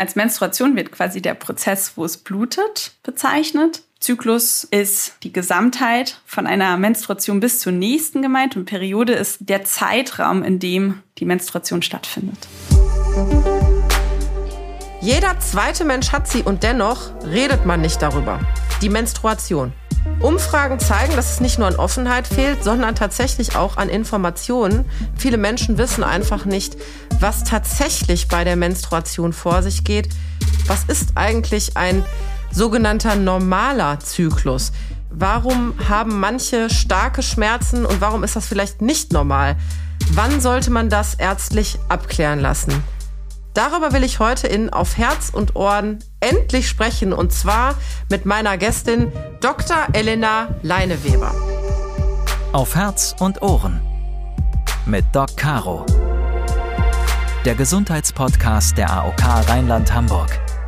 Als Menstruation wird quasi der Prozess, wo es blutet, bezeichnet. Zyklus ist die Gesamtheit von einer Menstruation bis zur nächsten gemeint und Periode ist der Zeitraum, in dem die Menstruation stattfindet. Jeder zweite Mensch hat sie und dennoch redet man nicht darüber. Die Menstruation. Umfragen zeigen, dass es nicht nur an Offenheit fehlt, sondern tatsächlich auch an Informationen. Viele Menschen wissen einfach nicht, was tatsächlich bei der Menstruation vor sich geht. Was ist eigentlich ein sogenannter normaler Zyklus? Warum haben manche starke Schmerzen und warum ist das vielleicht nicht normal? Wann sollte man das ärztlich abklären lassen? Darüber will ich heute in Auf Herz und Ohren endlich sprechen und zwar mit meiner Gästin Dr. Elena Leineweber. Auf Herz und Ohren mit Doc Caro. Der Gesundheitspodcast der AOK Rheinland-Hamburg.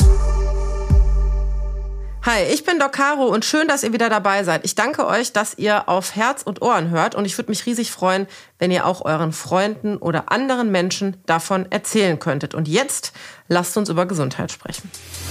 Hi, ich bin Doc Caro und schön, dass ihr wieder dabei seid. Ich danke euch, dass ihr Auf Herz und Ohren hört und ich würde mich riesig freuen, wenn ihr auch euren Freunden oder anderen Menschen davon erzählen könntet. Und jetzt lasst uns über Gesundheit sprechen.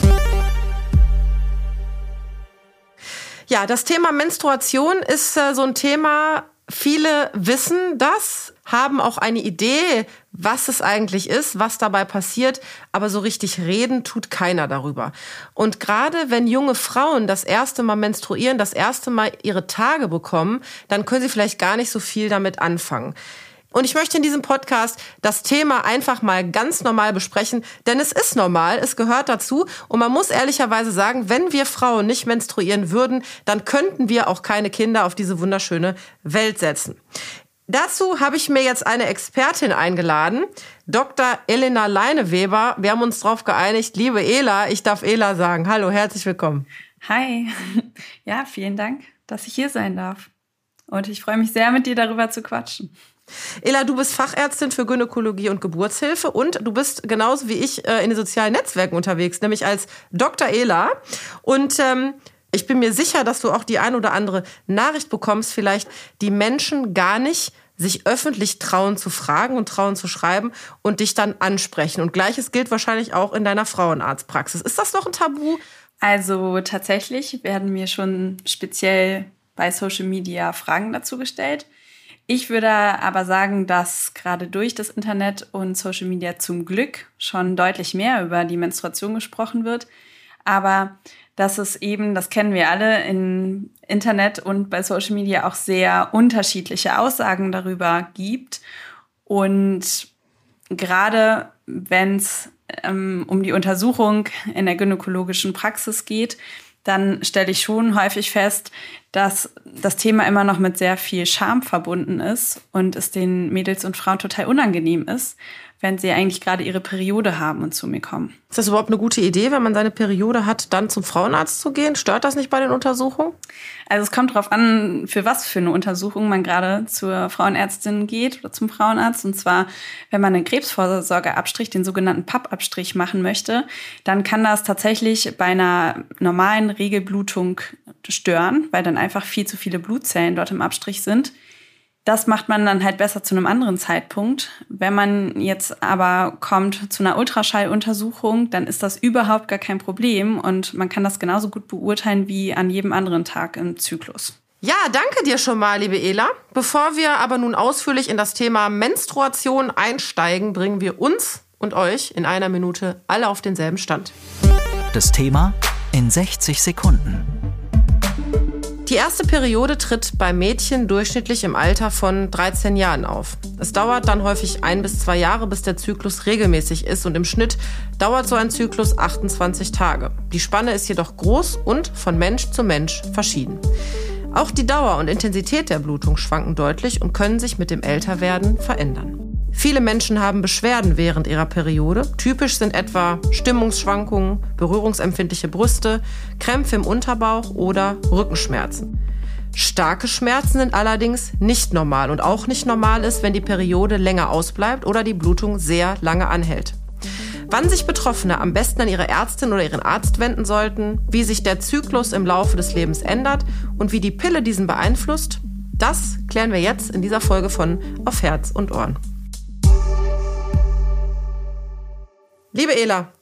Ja, das Thema Menstruation ist so ein Thema, viele wissen das, haben auch eine Idee, was es eigentlich ist, was dabei passiert, aber so richtig reden tut keiner darüber. Und gerade wenn junge Frauen das erste Mal menstruieren, das erste Mal ihre Tage bekommen, dann können sie vielleicht gar nicht so viel damit anfangen. Und ich möchte in diesem Podcast das Thema einfach mal ganz normal besprechen, denn es ist normal, es gehört dazu. Und man muss ehrlicherweise sagen, wenn wir Frauen nicht menstruieren würden, dann könnten wir auch keine Kinder auf diese wunderschöne Welt setzen. Dazu habe ich mir jetzt eine Expertin eingeladen, Dr. Elena Leineweber. Wir haben uns darauf geeinigt, liebe Ela, ich darf Ela sagen. Hallo, herzlich willkommen. Hi, ja, vielen Dank, dass ich hier sein darf. Und ich freue mich sehr, mit dir darüber zu quatschen. Ela, du bist Fachärztin für Gynäkologie und Geburtshilfe und du bist genauso wie ich in den sozialen Netzwerken unterwegs, nämlich als Dr. Ela. Und ich bin mir sicher, dass du auch die ein oder andere Nachricht bekommst, vielleicht die Menschen gar nicht sich öffentlich trauen zu fragen und trauen zu schreiben und dich dann ansprechen. Und Gleiches gilt wahrscheinlich auch in deiner Frauenarztpraxis. Ist das noch ein Tabu? Also tatsächlich werden mir schon speziell bei Social Media Fragen dazu gestellt. Ich würde aber sagen, dass gerade durch das Internet und Social Media zum Glück schon deutlich mehr über die Menstruation gesprochen wird. Aber dass es eben, das kennen wir alle, im Internet und bei Social Media auch sehr unterschiedliche Aussagen darüber gibt. Und gerade wenn es um die Untersuchung in der gynäkologischen Praxis geht, dann stelle ich schon häufig fest, dass das Thema immer noch mit sehr viel Scham verbunden ist und es den Mädels und Frauen total unangenehm ist, wenn sie eigentlich gerade ihre Periode haben und zu mir kommen. Ist das überhaupt eine gute Idee, wenn man seine Periode hat, dann zum Frauenarzt zu gehen? Stört das nicht bei den Untersuchungen? Also es kommt darauf an, für was für eine Untersuchung man gerade zur Frauenärztin geht oder zum Frauenarzt. Und zwar, wenn man einen Krebsvorsorgeabstrich, den sogenannten PAP-Abstrich machen möchte, dann kann das tatsächlich bei einer normalen Regelblutung stören, weil dann einfach viel zu viele Blutzellen dort im Abstrich sind. Das macht man dann halt besser zu einem anderen Zeitpunkt. Wenn man jetzt aber kommt zu einer Ultraschalluntersuchung, dann ist das überhaupt gar kein Problem und man kann das genauso gut beurteilen wie an jedem anderen Tag im Zyklus. Ja, danke dir schon mal, liebe Ela. Bevor wir aber nun ausführlich in das Thema Menstruation einsteigen, bringen wir uns und euch in einer Minute alle auf denselben Stand. Das Thema in 60 Sekunden. Die erste Periode tritt bei Mädchen durchschnittlich im Alter von 13 Jahren auf. Es dauert dann häufig 1 bis 2 Jahre, bis der Zyklus regelmäßig ist und im Schnitt dauert so ein Zyklus 28 Tage. Die Spanne ist jedoch groß und von Mensch zu Mensch verschieden. Auch die Dauer und Intensität der Blutung schwanken deutlich und können sich mit dem Älterwerden verändern. Viele Menschen haben Beschwerden während ihrer Periode. Typisch sind etwa Stimmungsschwankungen, berührungsempfindliche Brüste, Krämpfe im Unterbauch oder Rückenschmerzen. Starke Schmerzen sind allerdings nicht normal und auch nicht normal ist, wenn die Periode länger ausbleibt oder die Blutung sehr lange anhält. Wann sich Betroffene am besten an ihre Ärztin oder ihren Arzt wenden sollten, wie sich der Zyklus im Laufe des Lebens ändert und wie die Pille diesen beeinflusst, das klären wir jetzt in dieser Folge von Auf Herz und Ohren. Liebe Ela,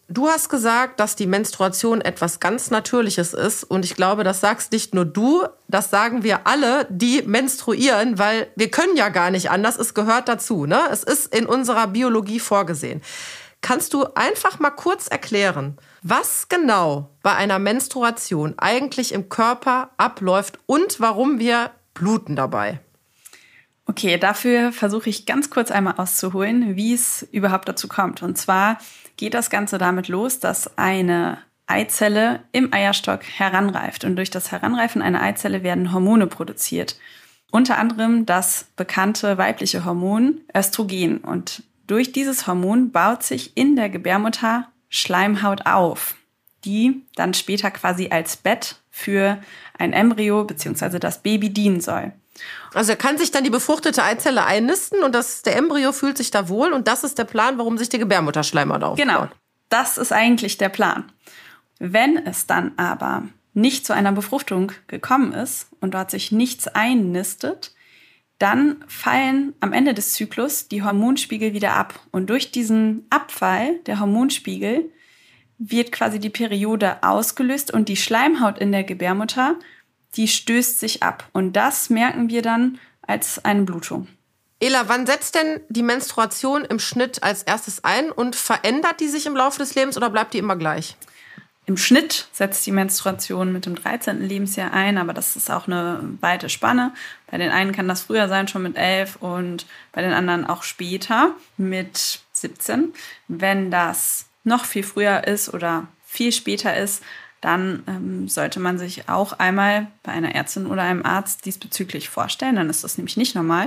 Du hast gesagt, dass die Menstruation etwas ganz Natürliches ist. Und ich glaube, das sagst nicht nur du, das sagen wir alle, die menstruieren, weil wir können ja gar nicht anders. Es gehört dazu, ne? Es ist in unserer Biologie vorgesehen. Kannst du einfach mal kurz erklären, was genau bei einer Menstruation eigentlich im Körper abläuft und warum wir bluten dabei? Okay, dafür versuche ich ganz kurz einmal auszuholen, wie es überhaupt dazu kommt. Und zwar geht das Ganze damit los, dass eine Eizelle im Eierstock heranreift. Und durch das Heranreifen einer Eizelle werden Hormone produziert. Unter anderem das bekannte weibliche Hormon Östrogen. Und durch dieses Hormon baut sich in der Gebärmutter Schleimhaut auf, die dann später quasi als Bett für ein Embryo bzw. das Baby dienen soll. Also kann sich dann die befruchtete Eizelle einnisten und der Embryo fühlt sich da wohl und das ist der Plan, warum sich die Gebärmutterschleimhaut aufbaut. Genau, das ist eigentlich der Plan. Wenn es dann aber nicht zu einer Befruchtung gekommen ist und dort sich nichts einnistet, dann fallen am Ende des Zyklus die Hormonspiegel wieder ab. Und durch diesen Abfall der Hormonspiegel wird quasi die Periode ausgelöst und die Schleimhaut in der Gebärmutter, die stößt sich ab. Und das merken wir dann als eine Blutung. Ela, wann setzt denn die Menstruation im Schnitt als erstes ein und verändert die sich im Laufe des Lebens oder bleibt die immer gleich? Im Schnitt setzt die Menstruation mit dem 13. Lebensjahr ein, aber das ist auch eine weite Spanne. Bei den einen kann das früher sein, schon mit 11 und bei den anderen auch später mit 17. Wenn das noch viel früher ist oder viel später ist, dann sollte man sich auch einmal bei einer Ärztin oder einem Arzt diesbezüglich vorstellen. Dann ist das nämlich nicht normal.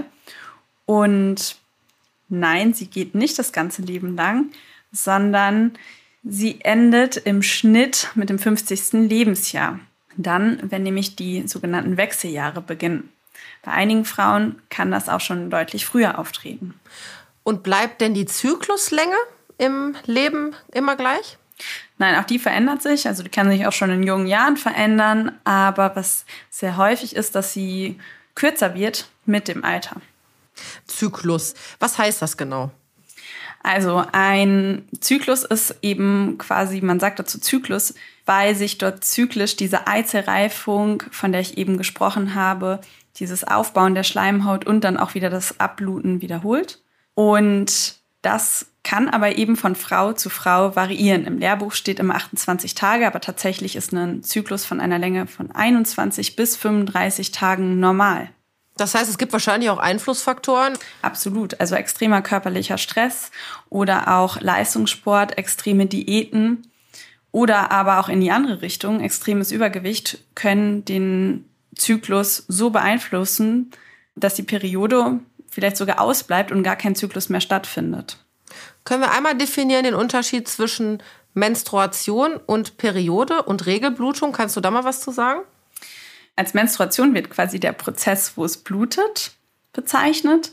Und nein, sie geht nicht das ganze Leben lang, sondern sie endet im Schnitt mit dem 50. Lebensjahr. Dann, wenn nämlich die sogenannten Wechseljahre beginnen. Bei einigen Frauen kann das auch schon deutlich früher auftreten. Und bleibt denn die Zykluslänge im Leben immer gleich? Nein, auch die verändert sich. Also die kann sich auch schon in jungen Jahren verändern. Aber was sehr häufig ist, dass sie kürzer wird mit dem Alter. Zyklus. Was heißt das genau? Also ein Zyklus ist eben quasi, man sagt dazu Zyklus, weil sich dort zyklisch diese Eizellreifung, von der ich eben gesprochen habe, dieses Aufbauen der Schleimhaut und dann auch wieder das Abbluten wiederholt. Und das kann aber eben von Frau zu Frau variieren. Im Lehrbuch steht immer 28 Tage, aber tatsächlich ist ein Zyklus von einer Länge von 21 bis 35 Tagen normal. Das heißt, es gibt wahrscheinlich auch Einflussfaktoren? Absolut. Also extremer körperlicher Stress oder auch Leistungssport, extreme Diäten oder aber auch in die andere Richtung, extremes Übergewicht, können den Zyklus so beeinflussen, dass die Periode vielleicht sogar ausbleibt und gar kein Zyklus mehr stattfindet. Können wir einmal definieren den Unterschied zwischen Menstruation und Periode und Regelblutung? Kannst du da mal was zu sagen? Als Menstruation wird quasi der Prozess, wo es blutet, bezeichnet.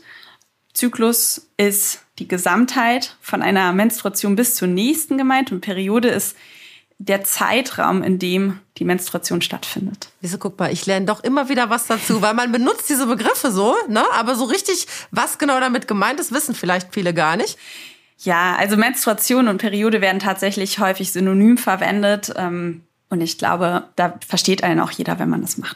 Zyklus ist die Gesamtheit von einer Menstruation bis zur nächsten gemeint und Periode ist der Zeitraum, in dem die Menstruation stattfindet. Wieso, guck mal, ich lerne doch immer wieder was dazu, weil man benutzt diese Begriffe so, ne? Aber so richtig, was genau damit gemeint ist, wissen vielleicht viele gar nicht. Ja, also Menstruation und Periode werden tatsächlich häufig synonym verwendet. Und ich glaube, da versteht einen auch jeder, wenn man das macht.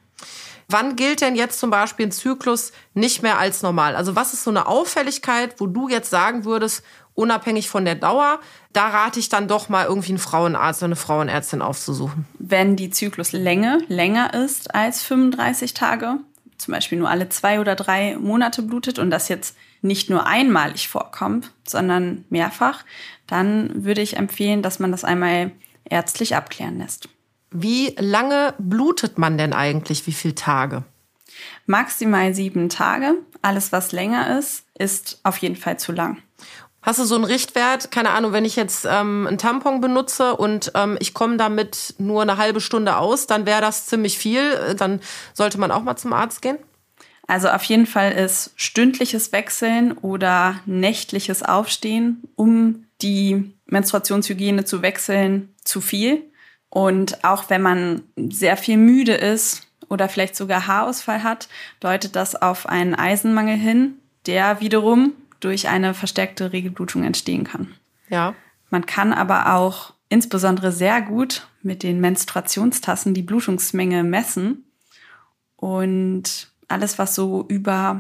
Wann gilt denn jetzt zum Beispiel ein Zyklus nicht mehr als normal? Also was ist so eine Auffälligkeit, wo du jetzt sagen würdest, unabhängig von der Dauer, da rate ich dann doch mal irgendwie einen Frauenarzt oder eine Frauenärztin aufzusuchen? Wenn die Zykluslänge länger ist als 35 Tage, zum Beispiel nur alle 2 oder 3 Monate blutet und das jetzt nicht nur einmalig vorkommt, sondern mehrfach, dann würde ich empfehlen, dass man das einmal ärztlich abklären lässt. Wie lange blutet man denn eigentlich? Wie viele Tage? Maximal 7 Tage. Alles, was länger ist, ist auf jeden Fall zu lang. Hast du so einen Richtwert? Keine Ahnung, wenn ich jetzt einen Tampon benutze und ich komme damit nur eine halbe Stunde aus, dann wäre das ziemlich viel. Dann sollte man auch mal zum Arzt gehen? Also auf jeden Fall ist stündliches Wechseln oder nächtliches Aufstehen, um die Menstruationshygiene zu wechseln, zu viel. Und auch wenn man sehr viel müde ist oder vielleicht sogar Haarausfall hat, deutet das auf einen Eisenmangel hin, der wiederum durch eine verstärkte Regelblutung entstehen kann. Ja. Man kann aber auch insbesondere sehr gut mit den Menstruationstassen die Blutungsmenge messen. Und alles, was so über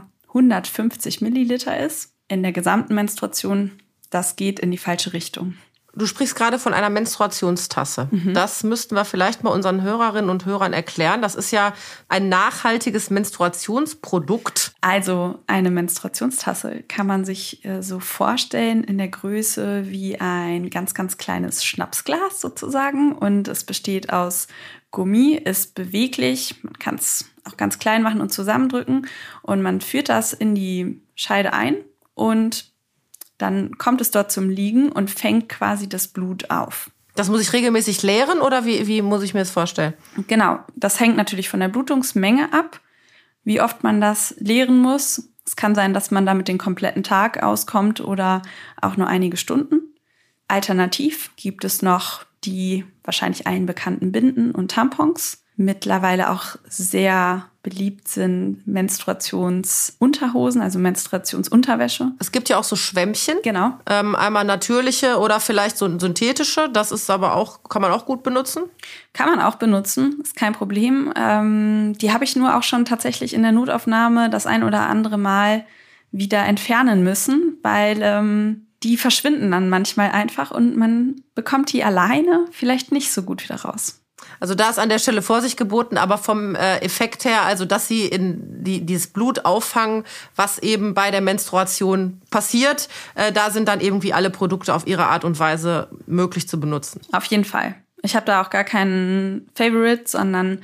150 Milliliter ist in der gesamten Menstruation, das geht in die falsche Richtung. Du sprichst gerade von einer Menstruationstasse. Das müssten wir vielleicht mal unseren Hörerinnen und Hörern erklären. Das ist ja ein nachhaltiges Menstruationsprodukt. Also eine Menstruationstasse kann man sich so vorstellen in der Größe wie ein ganz, ganz kleines Schnapsglas sozusagen. Und es besteht aus Gummi, ist beweglich. Man kann es auch ganz klein machen und zusammendrücken. Und man führt das in die Scheide ein und dann kommt es dort zum Liegen und fängt quasi das Blut auf. Das muss ich regelmäßig leeren oder wie muss ich mir das vorstellen? Genau, das hängt natürlich von der Blutungsmenge ab, wie oft man das leeren muss. Es kann sein, dass man damit den kompletten Tag auskommt oder auch nur einige Stunden. Alternativ gibt es noch die wahrscheinlich allen bekannten Binden und Tampons. Mittlerweile auch sehr beliebt sind Menstruationsunterhosen, also Menstruationsunterwäsche. Es gibt ja auch so Schwämmchen. Genau. Einmal natürliche oder vielleicht so synthetische. Das ist aber auch, kann man auch gut benutzen? Kann man auch benutzen, ist kein Problem. Die habe ich nur auch schon tatsächlich in der Notaufnahme das ein oder andere Mal wieder entfernen müssen, weil die verschwinden dann manchmal einfach und man bekommt die alleine vielleicht nicht so gut wieder raus. Also da ist an der Stelle Vorsicht geboten, aber vom Effekt her, also dass sie dieses Blut auffangen, was eben bei der Menstruation passiert, da sind dann irgendwie alle Produkte auf ihre Art und Weise möglich zu benutzen. Auf jeden Fall. Ich habe da auch gar keinen Favorite, sondern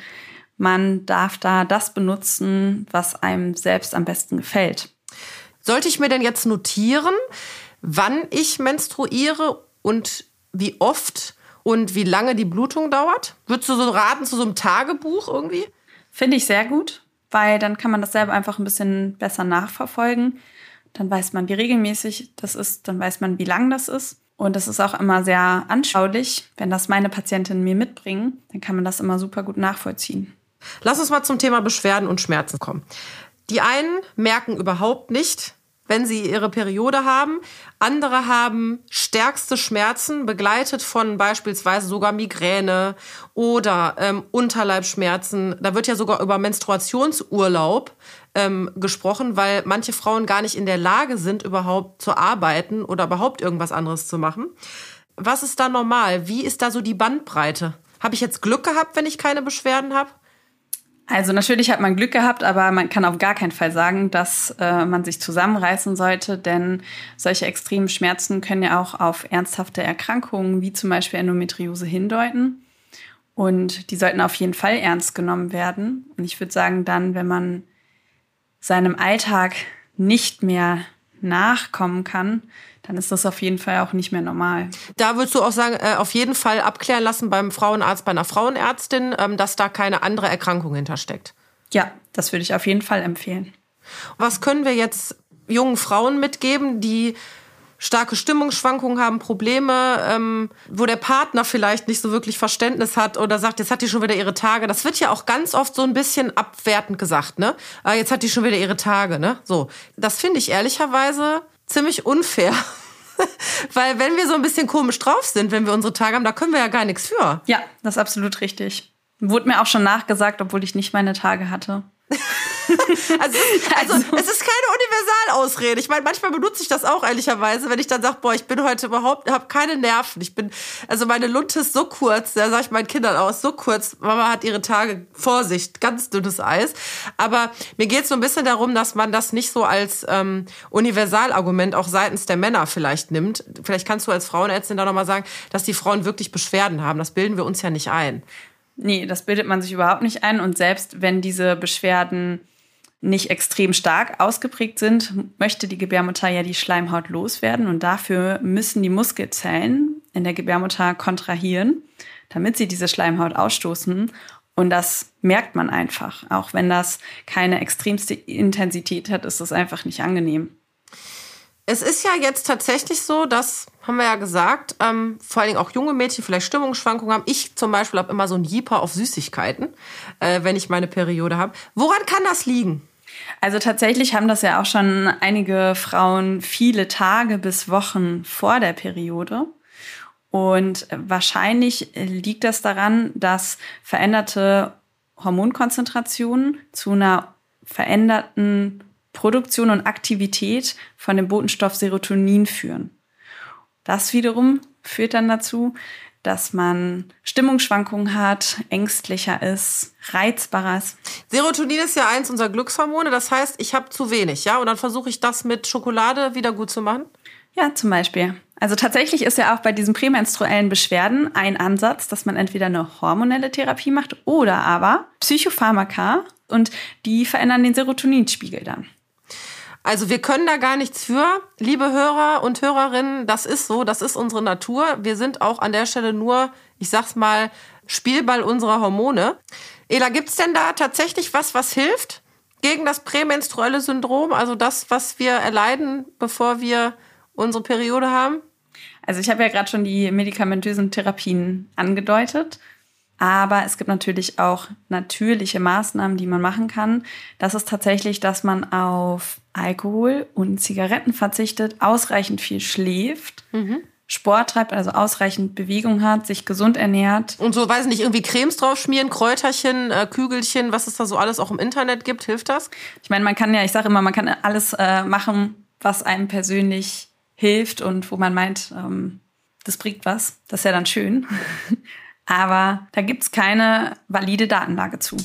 man darf da das benutzen, was einem selbst am besten gefällt. Sollte ich mir denn jetzt notieren, wann ich menstruiere und wie oft und wie lange die Blutung dauert? Würdest du so raten zu so einem Tagebuch irgendwie? Finde ich sehr gut, weil dann kann man das selber einfach ein bisschen besser nachverfolgen. Dann weiß man, wie regelmäßig das ist, dann weiß man, wie lang das ist. Und das ist auch immer sehr anschaulich. Wenn das meine Patientinnen mir mitbringen, dann kann man das immer super gut nachvollziehen. Lass uns mal zum Thema Beschwerden und Schmerzen kommen. Die einen merken überhaupt nicht, wenn sie ihre Periode haben. Andere haben stärkste Schmerzen, begleitet von beispielsweise sogar Migräne oder Unterleibsschmerzen. Da wird ja sogar über Menstruationsurlaub gesprochen, weil manche Frauen gar nicht in der Lage sind, überhaupt zu arbeiten oder überhaupt irgendwas anderes zu machen. Was ist da normal? Wie ist da so die Bandbreite? Habe ich jetzt Glück gehabt, wenn ich keine Beschwerden habe? Also natürlich hat man Glück gehabt, aber man kann auf gar keinen Fall sagen, dass man sich zusammenreißen sollte, denn solche extremen Schmerzen können ja auch auf ernsthafte Erkrankungen wie zum Beispiel Endometriose hindeuten. Und die sollten auf jeden Fall ernst genommen werden. Und ich würde sagen, dann, wenn man seinem Alltag nicht mehr nachkommen kann, dann ist das auf jeden Fall auch nicht mehr normal. Da würdest du auch sagen, auf jeden Fall abklären lassen beim Frauenarzt, bei einer Frauenärztin, dass da keine andere Erkrankung hintersteckt. Ja, das würde ich auf jeden Fall empfehlen. Was können wir jetzt jungen Frauen mitgeben, die starke Stimmungsschwankungen haben, Probleme, wo der Partner vielleicht nicht so wirklich Verständnis hat oder sagt, jetzt hat die schon wieder ihre Tage. Das wird ja auch ganz oft so ein bisschen abwertend gesagt, ne? Jetzt hat die schon wieder ihre Tage, ne? So, das finde ich ehrlicherweise ziemlich unfair. Weil wenn wir so ein bisschen komisch drauf sind, wenn wir unsere Tage haben, da können wir ja gar nichts für. Ja, das ist absolut richtig. Wurde mir auch schon nachgesagt, obwohl ich nicht meine Tage hatte. Also es ist keine Universalausrede. Ich meine, manchmal benutze ich das auch ehrlicherweise, wenn ich dann sage, boah, ich bin heute habe keine Nerven. Also meine Lunte ist so kurz, da sage ich meinen Kindern aus, so kurz, Mama hat ihre Tage, Vorsicht, ganz dünnes Eis. Aber mir geht es so ein bisschen darum, dass man das nicht so als Universalargument auch seitens der Männer vielleicht nimmt. Vielleicht kannst du als Frauenärztin da nochmal sagen, dass die Frauen wirklich Beschwerden haben. Das bilden wir uns ja nicht ein. Nee, das bildet man sich überhaupt nicht ein. Und selbst wenn diese Beschwerden nicht extrem stark ausgeprägt sind, möchte die Gebärmutter ja die Schleimhaut loswerden. Und dafür müssen die Muskelzellen in der Gebärmutter kontrahieren, damit sie diese Schleimhaut ausstoßen. Und das merkt man einfach. Auch wenn das keine extremste Intensität hat, ist das einfach nicht angenehm. Es ist ja jetzt tatsächlich so, dass, haben wir ja gesagt, vor allen Dingen auch junge Mädchen vielleicht Stimmungsschwankungen haben. Ich zum Beispiel habe immer so ein Jeeper auf Süßigkeiten, wenn ich meine Periode habe. Woran kann das liegen? Also tatsächlich haben das ja auch schon einige Frauen viele Tage bis Wochen vor der Periode. Und wahrscheinlich liegt das daran, dass veränderte Hormonkonzentrationen zu einer veränderten Produktion und Aktivität von dem Botenstoff Serotonin führen. Das wiederum führt dann dazu, dass man Stimmungsschwankungen hat, ängstlicher ist, reizbarer ist. Serotonin ist ja eins unserer Glückshormone, das heißt, ich habe zu wenig, ja? Und dann versuche ich das mit Schokolade wieder gut zu machen? Ja, zum Beispiel. Also tatsächlich ist ja auch bei diesen prämenstruellen Beschwerden ein Ansatz, dass man entweder eine hormonelle Therapie macht oder aber Psychopharmaka und die verändern den Serotoninspiegel dann. Also wir können da gar nichts für, liebe Hörer und Hörerinnen, das ist so, das ist unsere Natur. Wir sind auch an der Stelle nur, ich sag's mal, Spielball unserer Hormone. Ela, gibt's denn da tatsächlich was hilft gegen das prämenstruelle Syndrom, also das, was wir erleiden, bevor wir unsere Periode haben? Also ich habe ja gerade schon die medikamentösen Therapien angedeutet. Aber es gibt natürlich auch natürliche Maßnahmen, die man machen kann. Das ist tatsächlich, dass man auf Alkohol und Zigaretten verzichtet, ausreichend viel schläft, Sport treibt, also ausreichend Bewegung hat, sich gesund ernährt. Und so, weiß nicht, irgendwie Cremes draufschmieren, Kräuterchen, Kügelchen, was es da so alles auch im Internet gibt, hilft das? Ich meine, ich sage immer, man kann alles machen, was einem persönlich hilft und wo man meint, das bringt was. Das ist ja dann schön. Aber da gibt's keine valide Datenlage zu.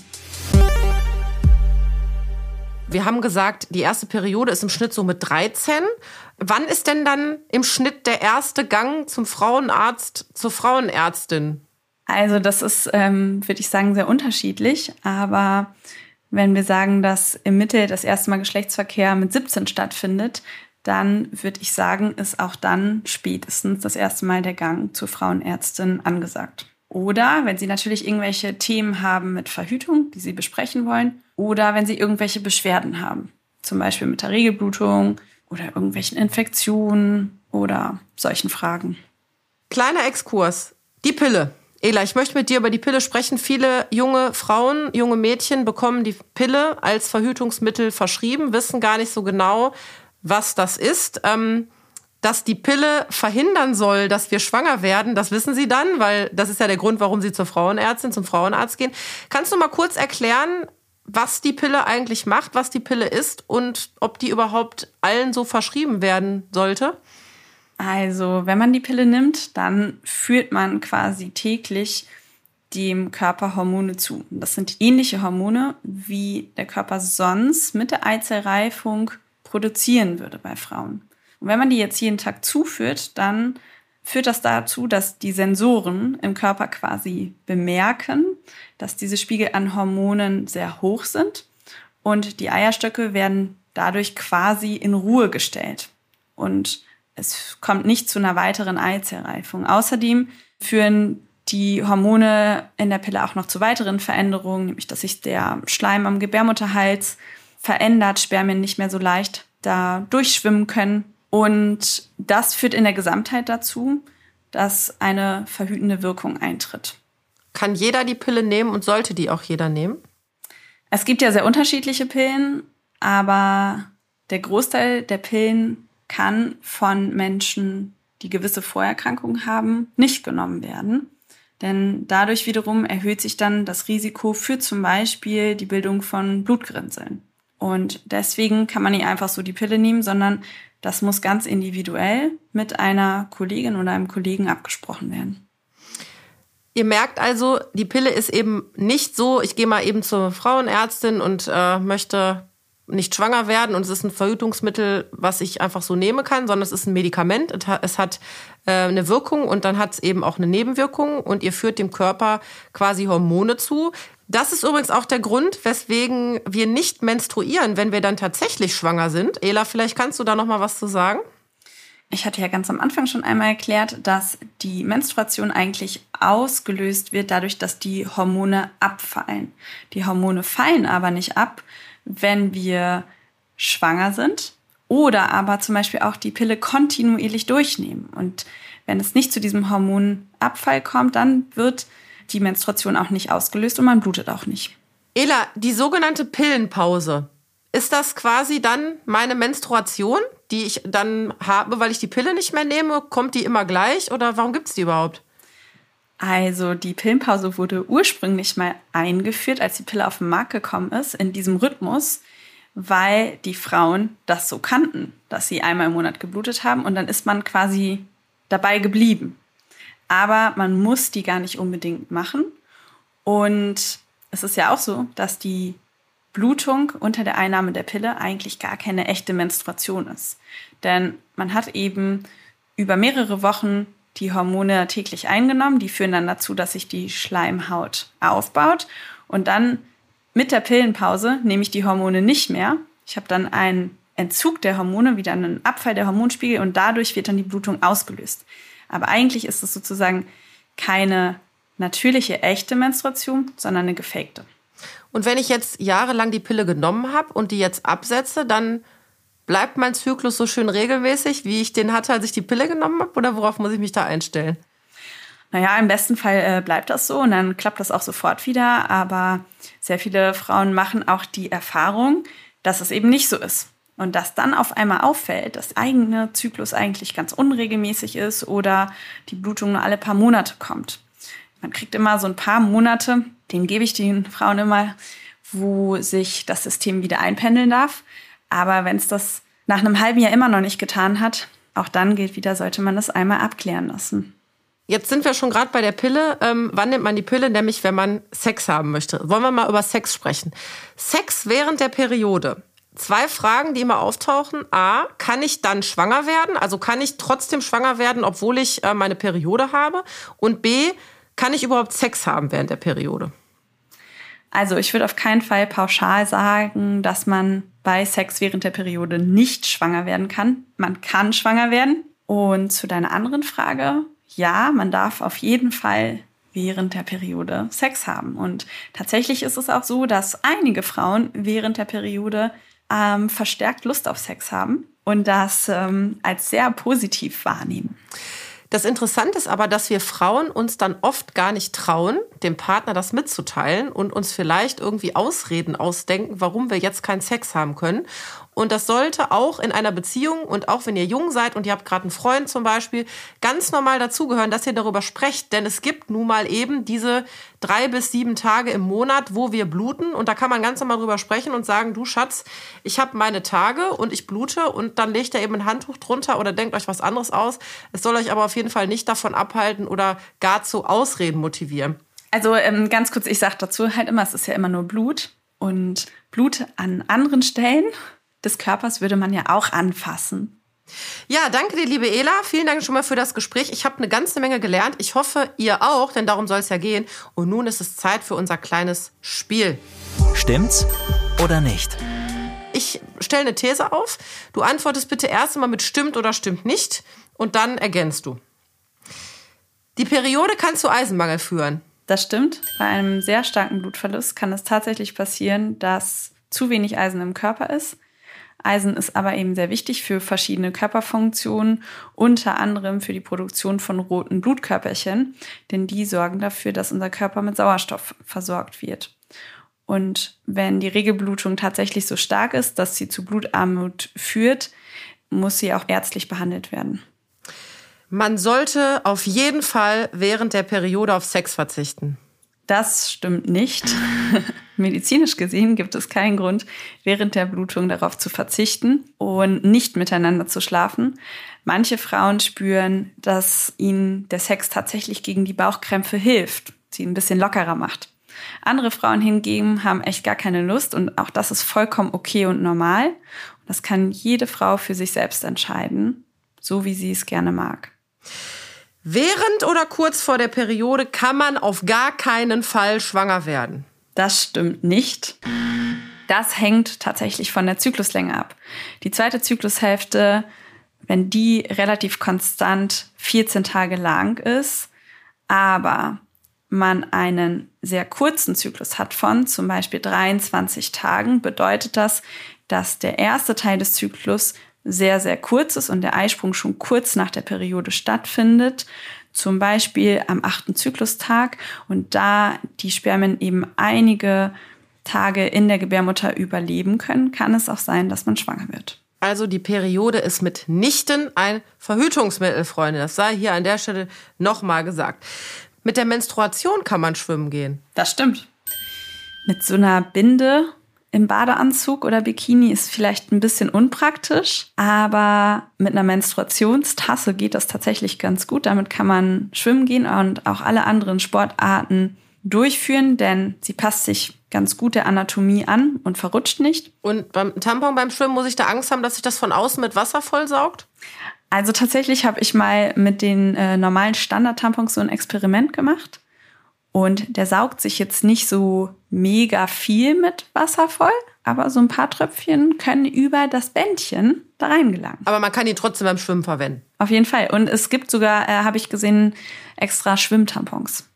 Wir haben gesagt, die erste Periode ist im Schnitt so mit 13. Wann ist denn dann im Schnitt der erste Gang zum Frauenarzt, zur Frauenärztin? Also das ist, würde ich sagen, sehr unterschiedlich. Aber wenn wir sagen, dass im Mittel das erste Mal Geschlechtsverkehr mit 17 stattfindet, dann würde ich sagen, ist auch dann spätestens das erste Mal der Gang zur Frauenärztin angesagt. Oder wenn Sie natürlich irgendwelche Themen haben mit Verhütung, die Sie besprechen wollen, oder wenn Sie irgendwelche Beschwerden haben, zum Beispiel mit der Regelblutung oder irgendwelchen Infektionen oder solchen Fragen. Kleiner Exkurs. Die Pille. Ela, ich möchte mit dir über die Pille sprechen. Viele junge Frauen, junge Mädchen bekommen die Pille als Verhütungsmittel verschrieben, wissen gar nicht so genau, was das ist. Dass die Pille verhindern soll, dass wir schwanger werden, das wissen sie dann, weil das ist ja der Grund, warum sie zur Frauenärztin, zum Frauenarzt gehen. Kannst du mal kurz erklären, was die Pille eigentlich macht, was die Pille ist und ob die überhaupt allen so verschrieben werden sollte? Also, wenn man die Pille nimmt, dann führt man quasi täglich dem Körper Hormone zu. Das sind ähnliche Hormone, wie der Körper sonst mit der Eizellreifung produzieren würde bei Frauen. Und wenn man die jetzt jeden Tag zuführt, dann führt das dazu, dass die Sensoren im Körper quasi bemerken, dass diese Spiegel an Hormonen sehr hoch sind und die Eierstöcke werden dadurch quasi in Ruhe gestellt. Und es kommt nicht zu einer weiteren Eizellreifung. Außerdem führen die Hormone in der Pille auch noch zu weiteren Veränderungen, nämlich dass sich der Schleim am Gebärmutterhals verändert, Spermien nicht mehr so leicht da durchschwimmen können. Und das führt in der Gesamtheit dazu, dass eine verhütende Wirkung eintritt. Kann jeder die Pille nehmen und sollte die auch jeder nehmen? Es gibt ja sehr unterschiedliche Pillen, aber der Großteil der Pillen kann von Menschen, die gewisse Vorerkrankungen haben, nicht genommen werden. Denn dadurch wiederum erhöht sich dann das Risiko für zum Beispiel die Bildung von Blutgerinnseln. Und deswegen kann man nicht einfach so die Pille nehmen, sondern das muss ganz individuell mit einer Kollegin oder einem Kollegen abgesprochen werden. Ihr merkt also, die Pille ist eben nicht so, ich gehe mal eben zur Frauenärztin und möchte nicht schwanger werden und es ist ein Verhütungsmittel, was ich einfach so nehmen kann, sondern es ist ein Medikament. Es hat eine Wirkung und dann hat es eben auch eine Nebenwirkung und ihr führt dem Körper quasi Hormone zu. Das ist übrigens auch der Grund, weswegen wir nicht menstruieren, wenn wir dann tatsächlich schwanger sind. Ela, vielleicht kannst du da noch mal was zu sagen? Ich hatte ja ganz am Anfang schon einmal erklärt, dass die Menstruation eigentlich ausgelöst wird dadurch, dass die Hormone abfallen. Die Hormone fallen aber nicht ab, wenn wir schwanger sind oder aber zum Beispiel auch die Pille kontinuierlich durchnehmen. Und wenn es nicht zu diesem Hormonabfall kommt, dann wird die Menstruation auch nicht ausgelöst und man blutet auch nicht. Ela, die sogenannte Pillenpause, ist das quasi dann meine Menstruation? die ich dann habe, weil ich die Pille nicht mehr nehme? Kommt die immer gleich oder warum gibt es die überhaupt? Also die Pillenpause wurde ursprünglich mal eingeführt, als die Pille auf den Markt gekommen ist, in diesem Rhythmus, weil die Frauen das so kannten, dass sie einmal im Monat geblutet haben und dann ist man quasi dabei geblieben. Aber man muss die gar nicht unbedingt machen. Und es ist ja auch so, dass die Blutung unter der Einnahme der Pille eigentlich gar keine echte Menstruation ist. Denn man hat eben über mehrere Wochen die Hormone täglich eingenommen. Die führen dann dazu, dass sich die Schleimhaut aufbaut. Und dann mit der Pillenpause nehme ich die Hormone nicht mehr. Ich habe dann einen Entzug der Hormone, wieder einen Abfall der Hormonspiegel und dadurch wird dann die Blutung ausgelöst. Aber eigentlich ist es sozusagen keine natürliche, echte Menstruation, sondern eine gefakte. Und wenn ich jetzt jahrelang die Pille genommen habe und die jetzt absetze, dann bleibt mein Zyklus so schön regelmäßig, wie ich den hatte, als ich die Pille genommen habe? Oder worauf muss ich mich da einstellen? Naja, im besten Fall bleibt das so und dann klappt das auch sofort wieder. Aber sehr viele Frauen machen auch die Erfahrung, dass es eben nicht so ist. Und dass dann auf einmal auffällt, dass der eigene Zyklus eigentlich ganz unregelmäßig ist oder die Blutung nur alle paar Monate kommt. Man kriegt immer so ein paar Monate, den gebe ich den Frauen immer, wo sich das System wieder einpendeln darf. Aber wenn es das nach einem halben Jahr immer noch nicht getan hat, auch dann gilt wieder, sollte man das einmal abklären lassen. Jetzt sind wir schon gerade bei der Pille. Wann nimmt man die Pille? Nämlich, wenn man Sex haben möchte. Wollen wir mal über Sex sprechen? Sex während der Periode. 2 Fragen, die immer auftauchen. A, kann ich dann schwanger werden? Also kann ich trotzdem schwanger werden, obwohl ich meine Periode habe? Und B, kann ich überhaupt Sex haben während der Periode? Also ich würde auf keinen Fall pauschal sagen, dass man bei Sex während der Periode nicht schwanger werden kann. Man kann schwanger werden. Und zu deiner anderen Frage, ja, man darf auf jeden Fall während der Periode Sex haben. Und tatsächlich ist es auch so, dass einige Frauen während der Periode verstärkt Lust auf Sex haben und das als sehr positiv wahrnehmen. Das Interessante ist aber, dass wir Frauen uns dann oft gar nicht trauen, dem Partner das mitzuteilen und uns vielleicht irgendwie Ausreden ausdenken, warum wir jetzt keinen Sex haben können. Und das sollte auch in einer Beziehung und auch wenn ihr jung seid und ihr habt gerade einen Freund zum Beispiel, ganz normal dazugehören, dass ihr darüber sprecht. Denn es gibt nun mal eben diese 3 bis 7 Tage im Monat, wo wir bluten. Und da kann man ganz normal drüber sprechen und sagen, du Schatz, ich habe meine Tage und ich blute. Und dann legt ihr eben ein Handtuch drunter oder denkt euch was anderes aus. Es soll euch aber auf jeden Fall nicht davon abhalten oder gar zu Ausreden motivieren. Also ganz kurz, ich sage dazu halt immer, es ist ja immer nur Blut. Und Blut an anderen Stellen des Körpers würde man ja auch anfassen. Ja, danke dir, liebe Ela. Vielen Dank schon mal für das Gespräch. Ich habe eine ganze Menge gelernt. Ich hoffe, ihr auch, denn darum soll es ja gehen. Und nun ist es Zeit für unser kleines Spiel. Stimmt's oder nicht? Ich stelle eine These auf. Du antwortest bitte erst einmal mit stimmt oder stimmt nicht. Und dann ergänzt du. Die Periode kann zu Eisenmangel führen. Das stimmt. Bei einem sehr starken Blutverlust kann es tatsächlich passieren, dass zu wenig Eisen im Körper ist. Eisen ist aber eben sehr wichtig für verschiedene Körperfunktionen, unter anderem für die Produktion von roten Blutkörperchen, denn die sorgen dafür, dass unser Körper mit Sauerstoff versorgt wird. Und wenn die Regelblutung tatsächlich so stark ist, dass sie zu Blutarmut führt, muss sie auch ärztlich behandelt werden. Man sollte auf jeden Fall während der Periode auf Sex verzichten. Das stimmt nicht. Medizinisch gesehen gibt es keinen Grund, während der Blutung darauf zu verzichten und nicht miteinander zu schlafen. Manche Frauen spüren, dass ihnen der Sex tatsächlich gegen die Bauchkrämpfe hilft, sie ein bisschen lockerer macht. Andere Frauen hingegen haben echt gar keine Lust und auch das ist vollkommen okay und normal. Und das kann jede Frau für sich selbst entscheiden, so wie sie es gerne mag. Während oder kurz vor der Periode kann man auf gar keinen Fall schwanger werden. Das stimmt nicht. Das hängt tatsächlich von der Zykluslänge ab. Die zweite Zyklushälfte, wenn die relativ konstant 14 Tage lang ist, aber man einen sehr kurzen Zyklus hat von zum Beispiel 23 Tagen, bedeutet das, dass der erste Teil des Zyklus sehr, sehr kurz ist und der Eisprung schon kurz nach der Periode stattfindet, zum Beispiel am 8. Zyklustag und da die Spermien eben einige Tage in der Gebärmutter überleben können, kann es auch sein, dass man schwanger wird. Also die Periode ist mitnichten ein Verhütungsmittel, Freunde. Das sei hier an der Stelle nochmal gesagt. Mit der Menstruation kann man schwimmen gehen. Das stimmt. Mit so einer Binde im Badeanzug oder Bikini ist vielleicht ein bisschen unpraktisch, aber mit einer Menstruationstasse geht das tatsächlich ganz gut. Damit kann man schwimmen gehen und auch alle anderen Sportarten durchführen, denn sie passt sich ganz gut der Anatomie an und verrutscht nicht. Und beim Tampon beim Schwimmen muss ich da Angst haben, dass sich das von außen mit Wasser vollsaugt? Also tatsächlich habe ich mal mit den normalen Standard-Tampons so ein Experiment gemacht. Und der saugt sich jetzt nicht so mega viel mit Wasser voll, aber so ein paar Tröpfchen können über das Bändchen da reingelangen. Aber man kann ihn trotzdem beim Schwimmen verwenden. Auf jeden Fall. Und es gibt sogar, habe ich gesehen, extra Schwimmtampons.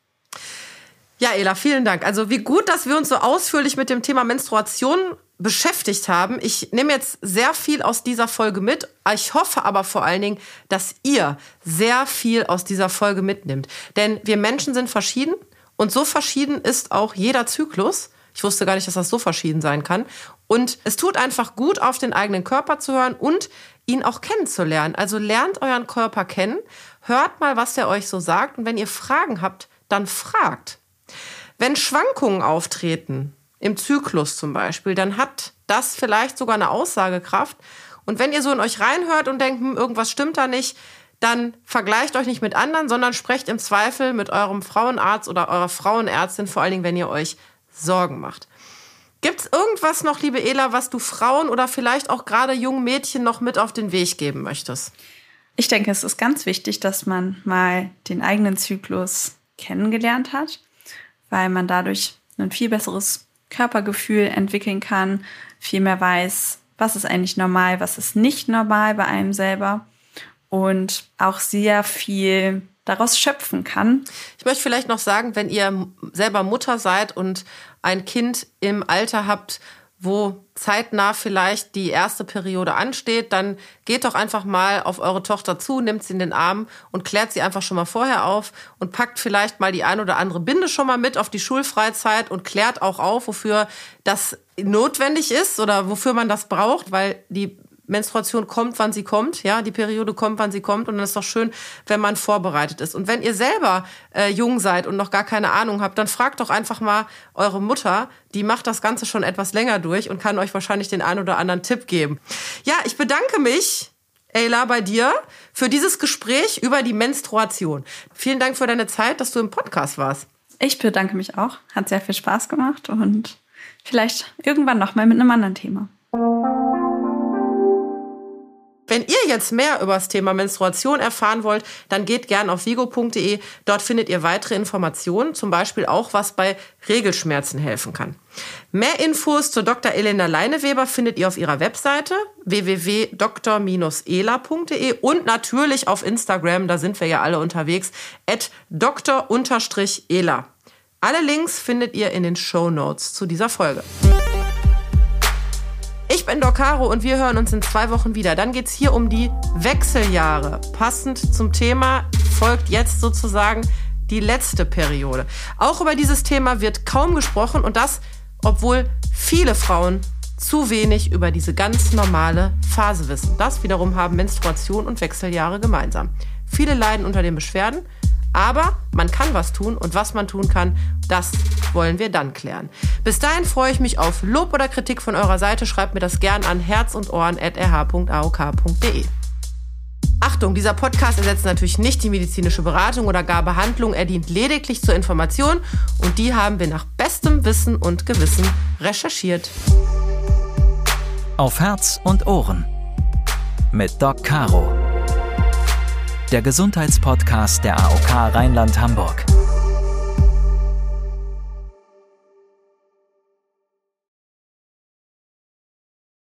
Ja, Ela, vielen Dank. Also wie gut, dass wir uns so ausführlich mit dem Thema Menstruation beschäftigt haben. Ich nehme jetzt sehr viel aus dieser Folge mit. Ich hoffe aber vor allen Dingen, dass ihr sehr viel aus dieser Folge mitnimmt. Denn wir Menschen sind verschieden. Und so verschieden ist auch jeder Zyklus. Ich wusste gar nicht, dass das so verschieden sein kann. Und es tut einfach gut, auf den eigenen Körper zu hören und ihn auch kennenzulernen. Also lernt euren Körper kennen, hört mal, was der euch so sagt. Und wenn ihr Fragen habt, dann fragt. Wenn Schwankungen auftreten, im Zyklus zum Beispiel, dann hat das vielleicht sogar eine Aussagekraft. Und wenn ihr so in euch reinhört und denkt, irgendwas stimmt da nicht, dann vergleicht euch nicht mit anderen, sondern sprecht im Zweifel mit eurem Frauenarzt oder eurer Frauenärztin, vor allen Dingen, wenn ihr euch Sorgen macht. Gibt es irgendwas noch, liebe Ela, was du Frauen oder vielleicht auch gerade jungen Mädchen noch mit auf den Weg geben möchtest? Ich denke, es ist ganz wichtig, dass man mal den eigenen Zyklus kennengelernt hat, weil man dadurch ein viel besseres Körpergefühl entwickeln kann, viel mehr weiß, was ist eigentlich normal, was ist nicht normal bei einem selber. Und auch sehr viel daraus schöpfen kann. Ich möchte vielleicht noch sagen, wenn ihr selber Mutter seid und ein Kind im Alter habt, wo zeitnah vielleicht die erste Periode ansteht, dann geht doch einfach mal auf eure Tochter zu, nimmt sie in den Arm und klärt sie einfach schon mal vorher auf und packt vielleicht mal die ein oder andere Binde schon mal mit auf die Schulfreizeit und klärt auch auf, wofür das notwendig ist oder wofür man das braucht, weil die Menstruation kommt, wann sie kommt, ja, die Periode kommt, wann sie kommt und dann ist doch schön, wenn man vorbereitet ist. Und wenn ihr selber jung seid und noch gar keine Ahnung habt, dann fragt doch einfach mal eure Mutter, die macht das Ganze schon etwas länger durch und kann euch wahrscheinlich den einen oder anderen Tipp geben. Ja, ich bedanke mich, Ela, bei dir für dieses Gespräch über die Menstruation. Vielen Dank für deine Zeit, dass du im Podcast warst. Ich bedanke mich auch, hat sehr viel Spaß gemacht und vielleicht irgendwann noch mal mit einem anderen Thema. Wenn ihr jetzt mehr über das Thema Menstruation erfahren wollt, dann geht gern auf vigo.de. Dort findet ihr weitere Informationen, zum Beispiel auch, was bei Regelschmerzen helfen kann. Mehr Infos zu Dr. Elena Leineweber findet ihr auf ihrer Webseite www.dr-ela.de und natürlich auf Instagram, da sind wir ja alle unterwegs, @dr_ela. Alle Links findet ihr in den Shownotes zu dieser Folge. Ich bin Doc Caro und wir hören uns in 2 Wochen wieder. Dann geht's hier um die Wechseljahre. Passend zum Thema folgt jetzt sozusagen die letzte Periode. Auch über dieses Thema wird kaum gesprochen und das, obwohl viele Frauen zu wenig über diese ganz normale Phase wissen. Das wiederum haben Menstruation und Wechseljahre gemeinsam. Viele leiden unter den Beschwerden, aber man kann was tun und was man tun kann, das wollen wir dann klären. Bis dahin freue ich mich auf Lob oder Kritik von eurer Seite. Schreibt mir das gern an herz-und-ohren@rh.aok.de. Achtung, dieser Podcast ersetzt natürlich nicht die medizinische Beratung oder gar Behandlung. Er dient lediglich zur Information und die haben wir nach bestem Wissen und Gewissen recherchiert. Auf Herz und Ohren mit Doc Caro. Der Gesundheitspodcast der AOK Rheinland-Hamburg.